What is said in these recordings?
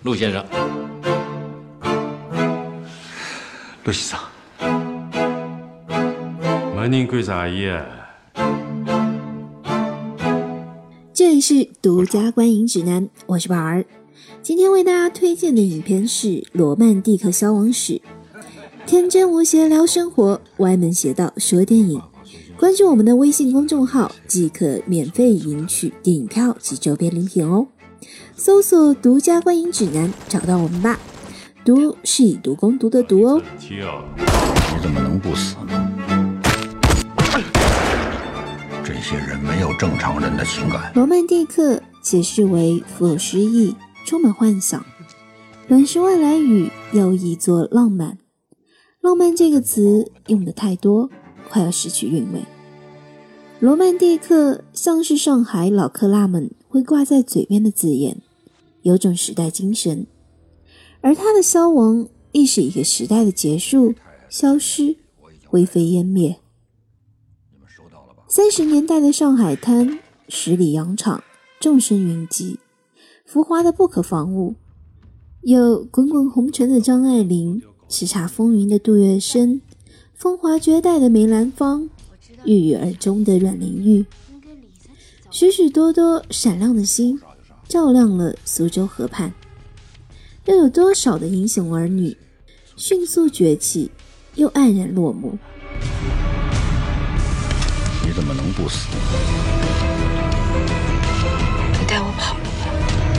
陆先生。 陆先生， 没人管啥意啊？ 这里是独家观影指南，我是宝儿。今天为大家推荐的影片是《罗曼蒂克消亡史》。天真无邪聊生活，歪门邪道说电影。关注我们的微信公众号即可免费领取电影票及周边礼品哦。搜索独家观影指南找到我们吧。毒是以毒攻毒的毒哦。 你怎么能不死呢？这些人没有正常人的情感。 罗曼蒂克解释为富有诗意，充满幻想。本是外来语，又译作浪漫。浪漫这个词用得太多，快要失去韵味。罗曼蒂克像是上海老克拉们会挂在嘴边的字眼，有种时代精神。而他的消亡亦是一个时代的结束、消失、灰飞烟灭。30年代的上海滩，十里洋场，众生云集，浮华的不可方物。有滚滚红尘的张爱玲，叱咤风云的杜月笙，风华绝代的梅兰芳，郁郁而终的阮玲玉。许许多多闪亮的星，照亮了苏州河畔。又有多少的英雄儿女迅速崛起，又黯然落幕。 你怎么能不死？ 你带我跑了吧？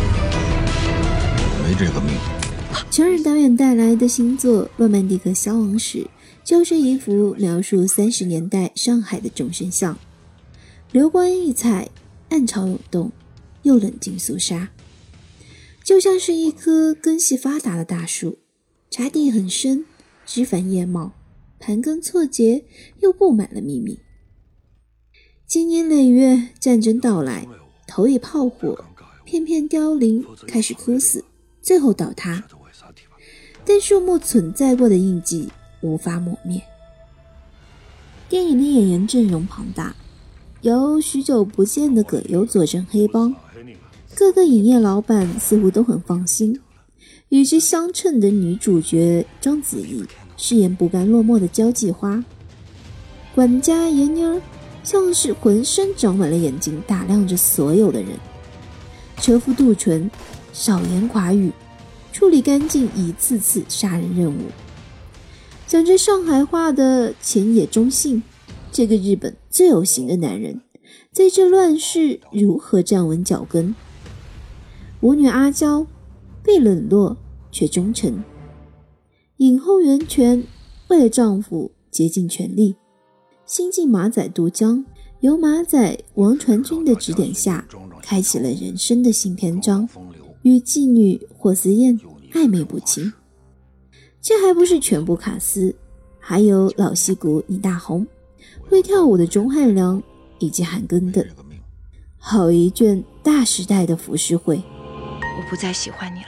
我没这个命。 陈尔导演带来的新作《罗曼蒂克消亡史》就是一幅描述30年代上海的众生相，流光溢彩，暗潮涌动，又冷静肃杀。就像是一棵根系发达的大树，茶底很深，枝繁叶茂，盘根错节，又布满了秘密。经年累月，战争到来，投以炮火，片片凋零，开始枯死，最后倒塌。但树木存在过的印记无法抹灭。电影的演员阵容庞大，由许久不见的葛优坐镇黑帮，各个影业老板似乎都很放心。与之相称的女主角章子怡饰演不甘落寞的交际花，管家闫妮像是浑身长满了眼睛，打量着所有的人。车夫杜淳少言寡语，处理干净一次次杀人任务。讲着上海话的浅野忠信，这个日本最有型的男人，在这乱世如何站稳脚跟？舞女阿娇被冷落却忠诚，影后袁泉为了丈夫竭尽全力。新晋马仔杜江由马仔王传君的指点下，开启了人生的新篇章，与妓女霍思燕暧昧不清。这还不是全部卡司，还有老戏骨倪大红，会跳舞的钟汉良以及韩庚等，好一卷大时代的浮世绘。 我不再喜欢你了。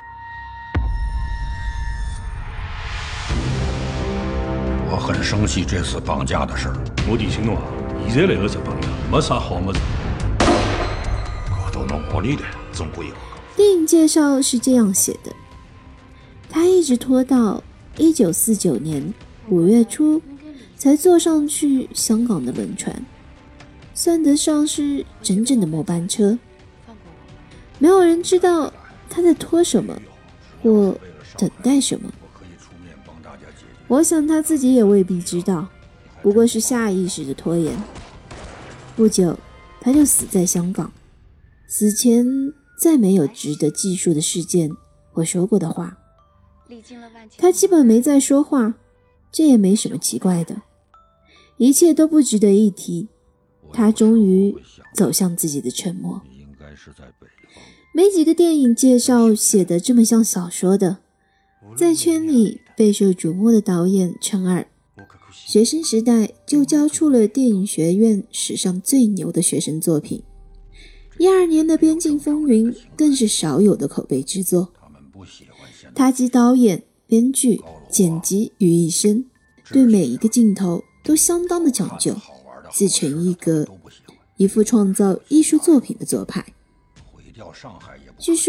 我很生气这次绑架的事儿。 我提醒侬啊，现在那个日本呀，没啥好么子。 我都弄我你的，总归有。 电影介绍是这样写的：他一直拖到1949年5月初才坐上去香港的轮船，算得上是真正的末班车。没有人知道他在拖什么，或等待什么。我想他自己也未必知道，不过是下意识的拖延。不久，他就死在香港。死前再没有值得记述的事件或说过的话。他基本没再说话，这也没什么奇怪的，一切都不值得一提。他终于走向自己的沉默。没几个电影介绍写得这么像小说的。在圈里备受瞩目的导演陈耳，学生时代就交出了电影学院史上最牛的学生作品。12年的《边境风云》更是少有的口碑之作。他集导演、编剧、剪辑于一身，对每一个镜头都相当的讲究，自成一格，一副创造艺术作品的做派。据说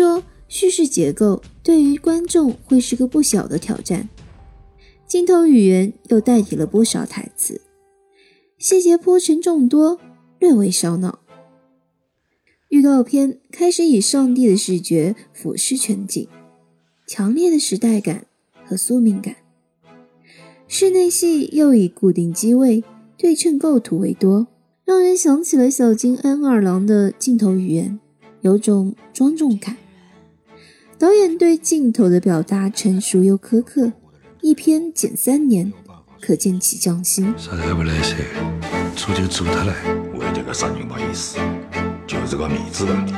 叙事结构对于观众会是个不小的挑战，镜头语言又代替了不少台词，细节铺陈众多，略为烧脑。预告片开始以上帝的视觉俯视全景，强烈的时代感和宿命感。室内戏又以固定机位、对称构图为多，让人想起了小津安二郎的镜头语言，有种庄重感。导演对镜头的表达成熟又苛刻，一片剪3年，可见其匠心。 实在不来塞，做就做他来。 为这个杀人犯一死，就是个面子问题。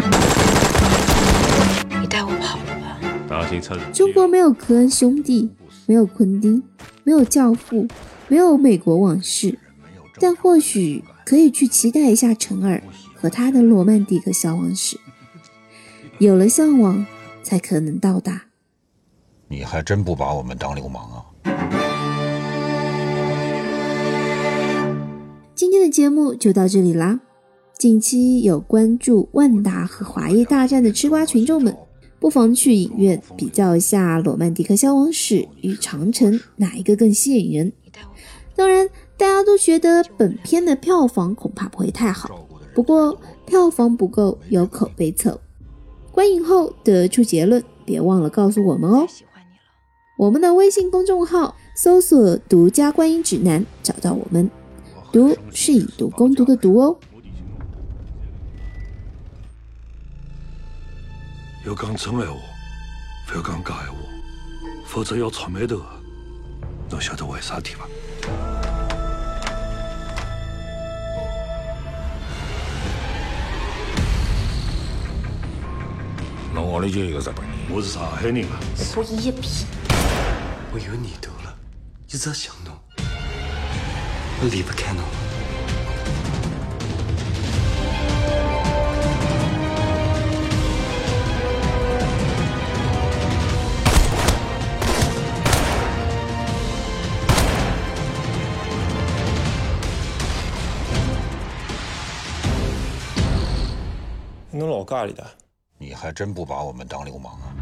你带我跑了吧。 大型车中国没有科恩兄弟，没有昆汀，没有教父，没有美国往事，但或许可以去期待一下陈耳和他的罗曼蒂克消亡史。有了向往，才可能到达。 你还真不把我们当流氓啊！ 今天的节目就到这里啦。近期有关注万达和华谊大战的吃瓜群众们，不妨去影院比较一下《罗曼蒂克消亡史》与《长城》哪一个更吸引人。当然，大家都觉得本片的票房恐怕不会太好，不过票房不够有口碑凑。观影后得出结论，别忘了告诉我们哦。我们的微信公众号搜索“独家观影指南”，找到我们。读是以毒攻毒的毒哦。 要讲真闲话，不要讲假闲话，否则要出眉头的。侬晓得为啥体伐？ 侬屋里就一个日本人， 我是上海人啊。 所以一比， 我有念头了，一直想侬，我离不开侬。 侬老家里的？ 你还真不把我们当流氓啊！